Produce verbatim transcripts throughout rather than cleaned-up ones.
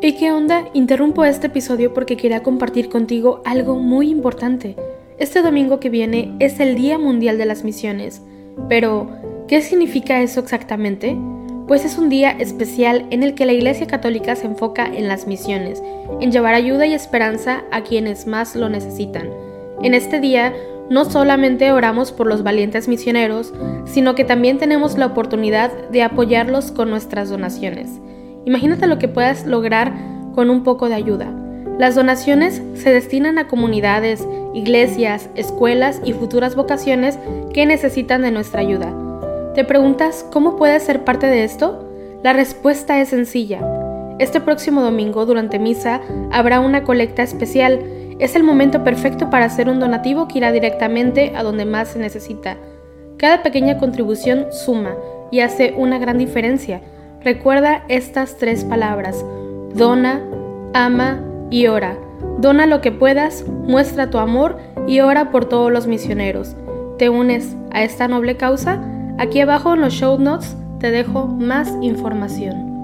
¿Y qué onda? Interrumpo este episodio porque quería compartir contigo algo muy importante. Este domingo que viene es el Día Mundial de las Misiones. Pero, ¿qué significa eso exactamente? Pues es un día especial en el que la Iglesia Católica se enfoca en las misiones, en llevar ayuda y esperanza a quienes más lo necesitan. En este día, no solamente oramos por los valientes misioneros, sino que también tenemos la oportunidad de apoyarlos con nuestras donaciones. Imagínate lo que puedas lograr con un poco de ayuda. Las donaciones se destinan a comunidades, iglesias, escuelas y futuras vocaciones que necesitan de nuestra ayuda. ¿Te preguntas cómo puedes ser parte de esto? La respuesta es sencilla. Este próximo domingo, durante misa, habrá una colecta especial. Es el momento perfecto para hacer un donativo que irá directamente a donde más se necesita. Cada pequeña contribución suma y hace una gran diferencia. Recuerda estas tres palabras: dona, ama y ora. Dona lo que puedas, muestra tu amor y ora por todos los misioneros. ¿Te unes a esta noble causa? Aquí abajo en los show notes te dejo más información.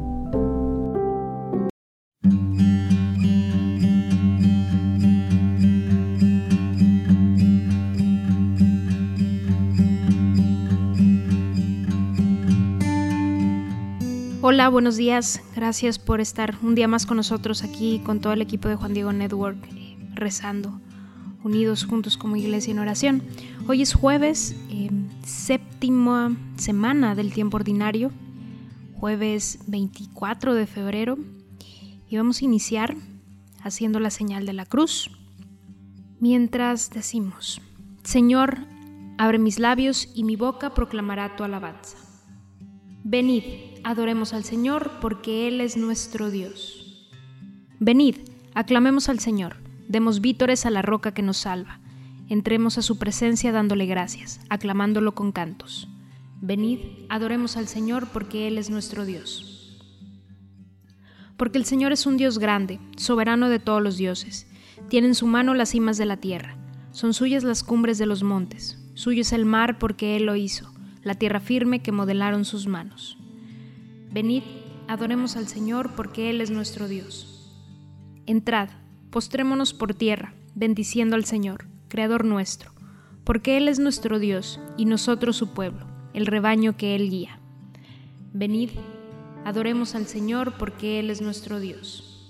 Hola, buenos días. Gracias por estar un día más con nosotros aquí con todo el equipo de Juan Diego Network, eh, rezando, unidos juntos como iglesia en oración. Hoy es jueves, eh, séptima semana del tiempo ordinario, jueves veinticuatro de febrero, y vamos a iniciar haciendo la señal de la cruz, mientras decimos: Señor, abre mis labios y mi boca proclamará tu alabanza. Venid, adoremos al Señor, porque Él es nuestro Dios. Venid, aclamemos al Señor, demos vítores a la roca que nos salva. Entremos a su presencia dándole gracias, aclamándolo con cantos. Venid, adoremos al Señor, porque Él es nuestro Dios. Porque el Señor es un Dios grande, soberano de todos los dioses. Tiene en su mano las cimas de la tierra. Son suyas las cumbres de los montes. Suyo es el mar, porque Él lo hizo, la tierra firme que modelaron sus manos. Venid, adoremos al Señor, porque Él es nuestro Dios. Entrad, postrémonos por tierra, bendiciendo al Señor, Creador nuestro, porque Él es nuestro Dios, y nosotros su pueblo, el rebaño que Él guía. Venid, adoremos al Señor, porque Él es nuestro Dios.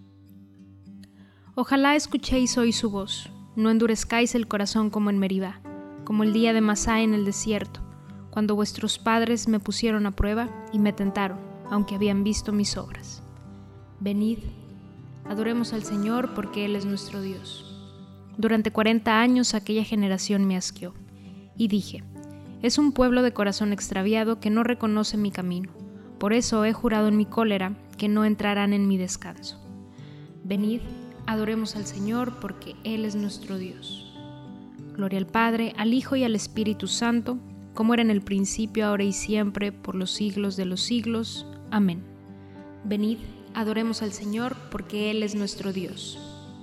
Ojalá escuchéis hoy su voz, no endurezcáis el corazón como en Meribá, como el día de Masá en el desierto, cuando vuestros padres me pusieron a prueba y me tentaron, aunque habían visto mis obras. Venid, adoremos al Señor, porque Él es nuestro Dios. Durante cuarenta años aquella generación me asqueó, y dije: es un pueblo de corazón extraviado que no reconoce mi camino. Por eso he jurado en mi cólera que no entrarán en mi descanso. Venid, adoremos al Señor, porque Él es nuestro Dios. Gloria al Padre, al Hijo y al Espíritu Santo, como era en el principio, ahora y siempre, por los siglos de los siglos. Amén. Venid, adoremos al Señor, porque Él es nuestro Dios.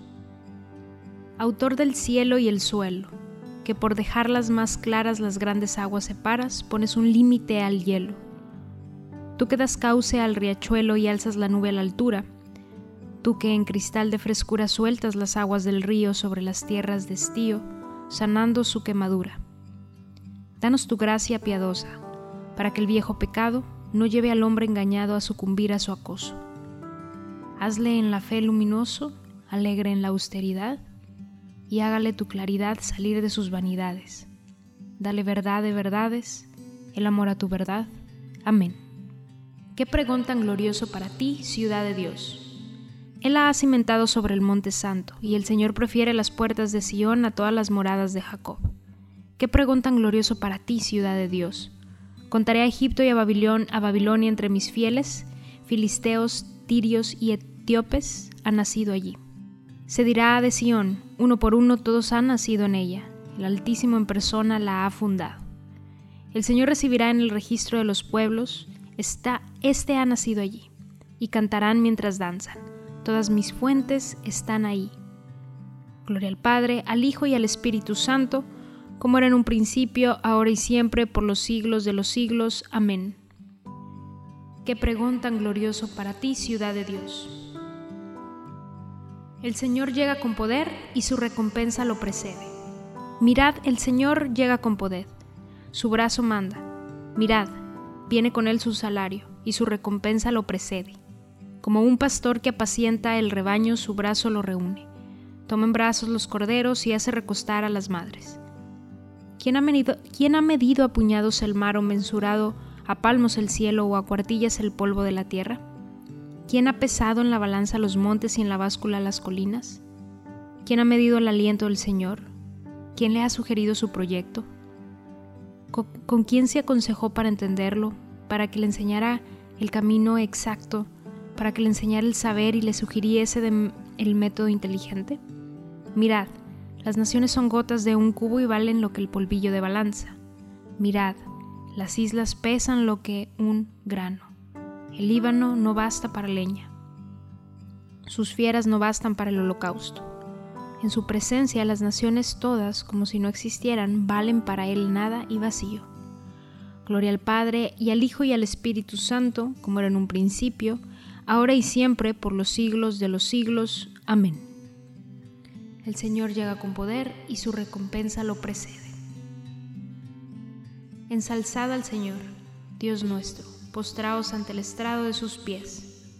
Autor del cielo y el suelo, que por dejarlas más claras las grandes aguas separas, pones un límite al hielo. Tú que das cauce al riachuelo y alzas la nube a la altura, tú que en cristal de frescura sueltas las aguas del río sobre las tierras de estío, sanando su quemadura. Danos tu gracia piadosa, para que el viejo pecado no lleve al hombre engañado a sucumbir a su acoso. Hazle en la fe luminoso, alegre en la austeridad, y hágale tu claridad salir de sus vanidades. Dale verdad de verdades, el amor a tu verdad. Amén. Qué pregón tan glorioso para ti, ciudad de Dios. Él la ha cimentado sobre el monte santo, y el Señor prefiere las puertas de Sión a todas las moradas de Jacob. Qué pregón tan glorioso para ti, ciudad de Dios. Contaré a Egipto y a Babilón, a Babilonia entre mis fieles, filisteos, tirios y etíopes han nacido allí. Se dirá de Sión, uno por uno todos han nacido en ella, el Altísimo en persona la ha fundado. El Señor recibirá en el registro de los pueblos, está, este ha nacido allí, y cantarán mientras danzan, todas mis fuentes están ahí. Gloria al Padre, al Hijo y al Espíritu Santo, como era en un principio, ahora y siempre, por los siglos de los siglos. Amén. Qué pregón tan glorioso para ti, ciudad de Dios. El Señor llega con poder y su recompensa lo precede. Mirad, el Señor llega con poder, su brazo manda. Mirad, viene con él su salario y su recompensa lo precede. Como un pastor que apacienta el rebaño, su brazo lo reúne. Toma en brazos los corderos y hace recostar a las madres. ¿Quién ha medido, quién ha medido a puñados el mar o mensurado a palmos el cielo o a cuartillas el polvo de la tierra? ¿Quién ha pesado en la balanza los montes y en la báscula las colinas? ¿Quién ha medido el aliento del Señor? ¿Quién le ha sugerido su proyecto? ¿Con, con quién se aconsejó para entenderlo, para que le enseñara el camino exacto, para que le enseñara el saber y le sugiriese de, el método inteligente? Mirad, las naciones son gotas de un cubo y valen lo que el polvillo de balanza. Mirad, las islas pesan lo que un grano. El Líbano no basta para leña. Sus fieras no bastan para el holocausto. En su presencia las naciones todas, como si no existieran, valen para él nada y vacío. Gloria al Padre, y al Hijo, y al Espíritu Santo, como era en un principio, ahora y siempre, por los siglos de los siglos. Amén. El Señor llega con poder, y su recompensa lo precede. Ensalzad al Señor, Dios nuestro, postraos ante el estrado de sus pies.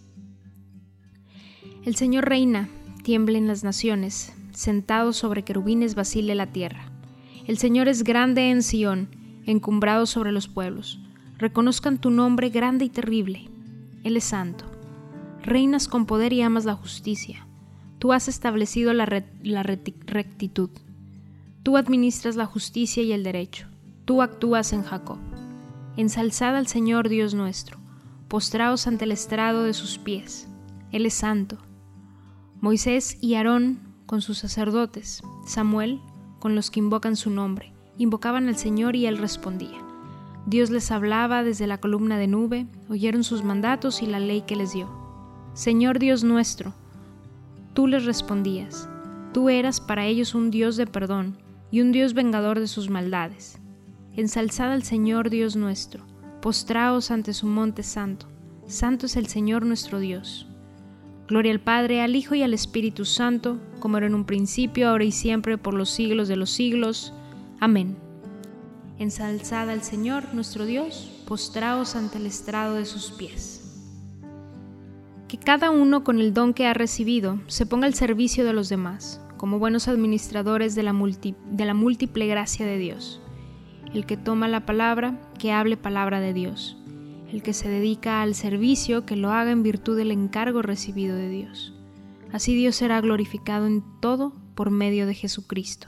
El Señor reina, tiemblen las naciones, sentado sobre querubines vacile la tierra. El Señor es grande en Sión, encumbrado sobre los pueblos. Reconozcan tu nombre grande y terrible. Él es santo. Reinas con poder y amas la justicia. Tú has establecido la, re- la rectitud. Tú administras la justicia y el derecho. Tú actúas en Jacob. Ensalzad al Señor Dios nuestro, postraos ante el estrado de sus pies. Él es santo. Moisés y Aarón con sus sacerdotes, Samuel con los que invocan su nombre, invocaban al Señor y Él respondía. Dios les hablaba desde la columna de nube, oyeron sus mandatos y la ley que les dio. Señor Dios nuestro, tú les respondías, tú eras para ellos un Dios de perdón y un Dios vengador de sus maldades. Ensalzad al Señor Dios nuestro, postraos ante su monte santo. Santo es el Señor nuestro Dios. Gloria al Padre, al Hijo y al Espíritu Santo, como era en un principio, ahora y siempre, por los siglos de los siglos. Amén. Ensalzad al Señor nuestro Dios, postraos ante el estrado de sus pies. Que cada uno con el don que ha recibido se ponga al servicio de los demás, como buenos administradores de la, multi, de la múltiple gracia de Dios. El que toma la palabra, que hable palabra de Dios. El que se dedica al servicio, que lo haga en virtud del encargo recibido de Dios. Así Dios será glorificado en todo por medio de Jesucristo.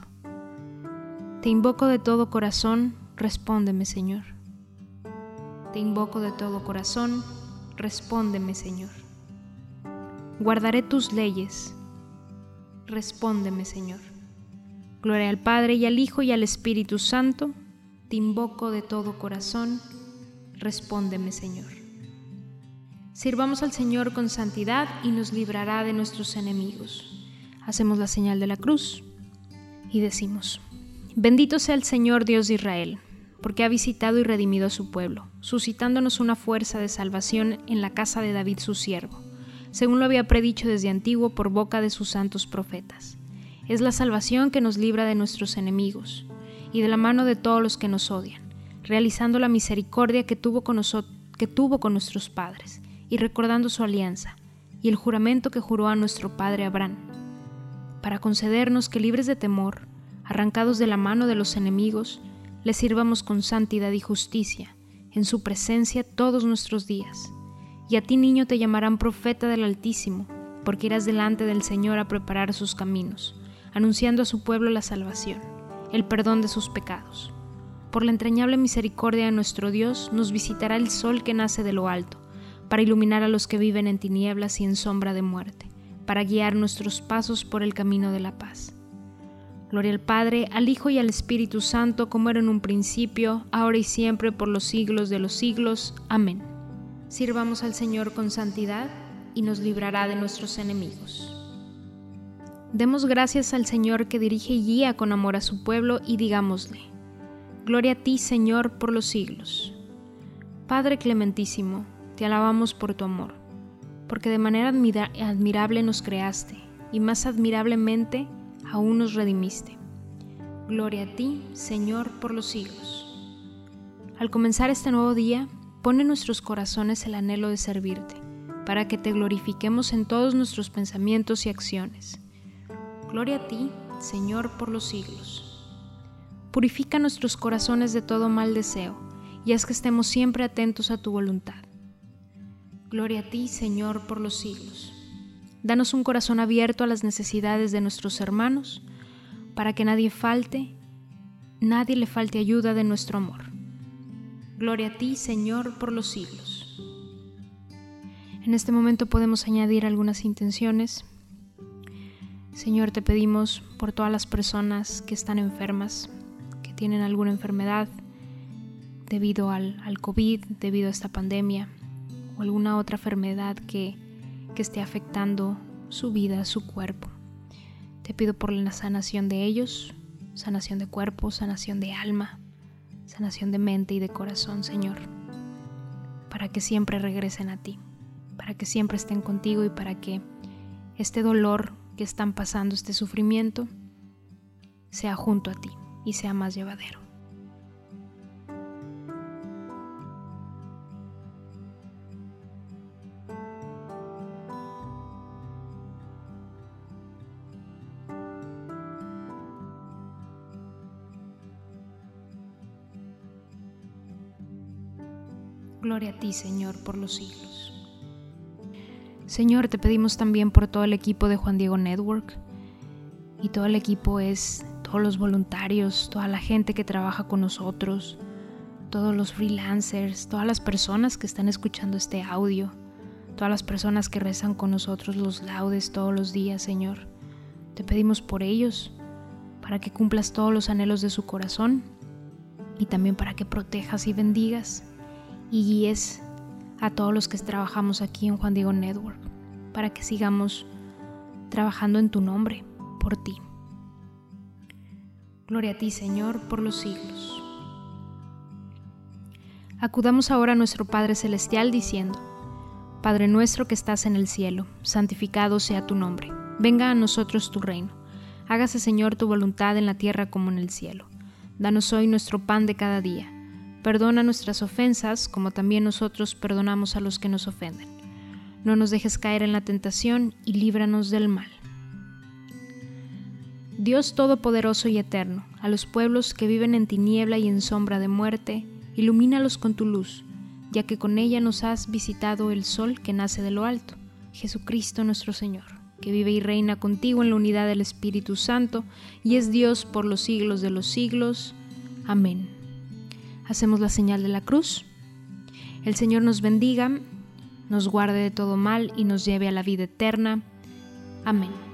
Te invoco de todo corazón, respóndeme, Señor. Te invoco de todo corazón, respóndeme, Señor. Guardaré tus leyes, respóndeme, Señor. Gloria al Padre y al Hijo y al Espíritu Santo. Te invoco de todo corazón, respóndeme, Señor. Sirvamos al Señor con santidad y nos librará de nuestros enemigos. Hacemos la señal de la cruz y decimos: Bendito sea el Señor Dios de Israel, porque ha visitado y redimido a su pueblo, suscitándonos una fuerza de salvación en la casa de David su siervo, según lo había predicho desde antiguo por boca de sus santos profetas. Es la salvación que nos libra de nuestros enemigos y de la mano de todos los que nos odian, realizando la misericordia que tuvo con nosotros, que tuvo con nuestros padres, y recordando su alianza, y el juramento que juró a nuestro padre Abraham, para concedernos que, libres de temor, arrancados de la mano de los enemigos, le sirvamos con santidad y justicia, en su presencia todos nuestros días. Y a ti, niño, te llamarán profeta del Altísimo, porque irás delante del Señor a preparar sus caminos, anunciando a su pueblo la salvación, el perdón de sus pecados. Por la entrañable misericordia de nuestro Dios, nos visitará el sol que nace de lo alto, para iluminar a los que viven en tinieblas y en sombra de muerte, para guiar nuestros pasos por el camino de la paz. Gloria al Padre, al Hijo y al Espíritu Santo, como era en un principio, ahora y siempre, por los siglos de los siglos. Amén. Sirvamos al Señor con santidad y nos librará de nuestros enemigos. Demos gracias al Señor que dirige y guía con amor a su pueblo y digámosle: Gloria a ti, Señor, por los siglos. Padre clementísimo, te alabamos por tu amor, porque de manera admira- admirable nos creaste y más admirablemente aún nos redimiste. Gloria a ti, Señor, por los siglos. Al comenzar este nuevo día, pon en nuestros corazones el anhelo de servirte, para que te glorifiquemos en todos nuestros pensamientos y acciones. Gloria a ti, Señor, por los siglos. Purifica nuestros corazones de todo mal deseo, y haz que estemos siempre atentos a tu voluntad. Gloria a ti, Señor, por los siglos. Danos un corazón abierto a las necesidades de nuestros hermanos, para que nadie falte, nadie le falte ayuda de nuestro amor. Gloria a ti, Señor, por los siglos. En este momento podemos añadir algunas intenciones. Señor, te pedimos por todas las personas que están enfermas, que tienen alguna enfermedad debido al, al COVID, debido a esta pandemia, o alguna otra enfermedad que, que esté afectando su vida, su cuerpo. Te pido por la sanación de ellos, sanación de cuerpo, sanación de alma, sanación de mente y de corazón, Señor, para que siempre regresen a ti, para que siempre estén contigo y para que este dolor que están pasando, este sufrimiento, sea junto a ti y sea más llevadero. Gloria a ti, Señor, por los siglos. Señor, te pedimos también por todo el equipo de Juan Diego Network. Y todo el equipo es todos los voluntarios, toda la gente que trabaja con nosotros, todos los freelancers, todas las personas que están escuchando este audio, todas las personas que rezan con nosotros los laudes todos los días, Señor. Te pedimos por ellos, para que cumplas todos los anhelos de su corazón y también para que protejas y bendigas y guíes a todos los que trabajamos aquí en Juan Diego Network, para que sigamos trabajando en tu nombre, por ti. Gloria a ti, Señor, por los siglos. Acudamos ahora a nuestro Padre Celestial diciendo: Padre nuestro que estás en el cielo, santificado sea tu nombre. Venga a nosotros tu reino. Hágase, Señor, tu voluntad en la tierra como en el cielo. Danos hoy nuestro pan de cada día. Perdona nuestras ofensas, como también nosotros perdonamos a los que nos ofenden. No nos dejes caer en la tentación y líbranos del mal. Dios Todopoderoso y Eterno, a los pueblos que viven en tiniebla y en sombra de muerte, ilumínalos con tu luz, ya que con ella nos has visitado el sol que nace de lo alto, Jesucristo nuestro Señor, que vive y reina contigo en la unidad del Espíritu Santo, y es Dios por los siglos de los siglos. Amén. Hacemos la señal de la cruz. El Señor nos bendiga, nos guarde de todo mal y nos lleve a la vida eterna. Amén.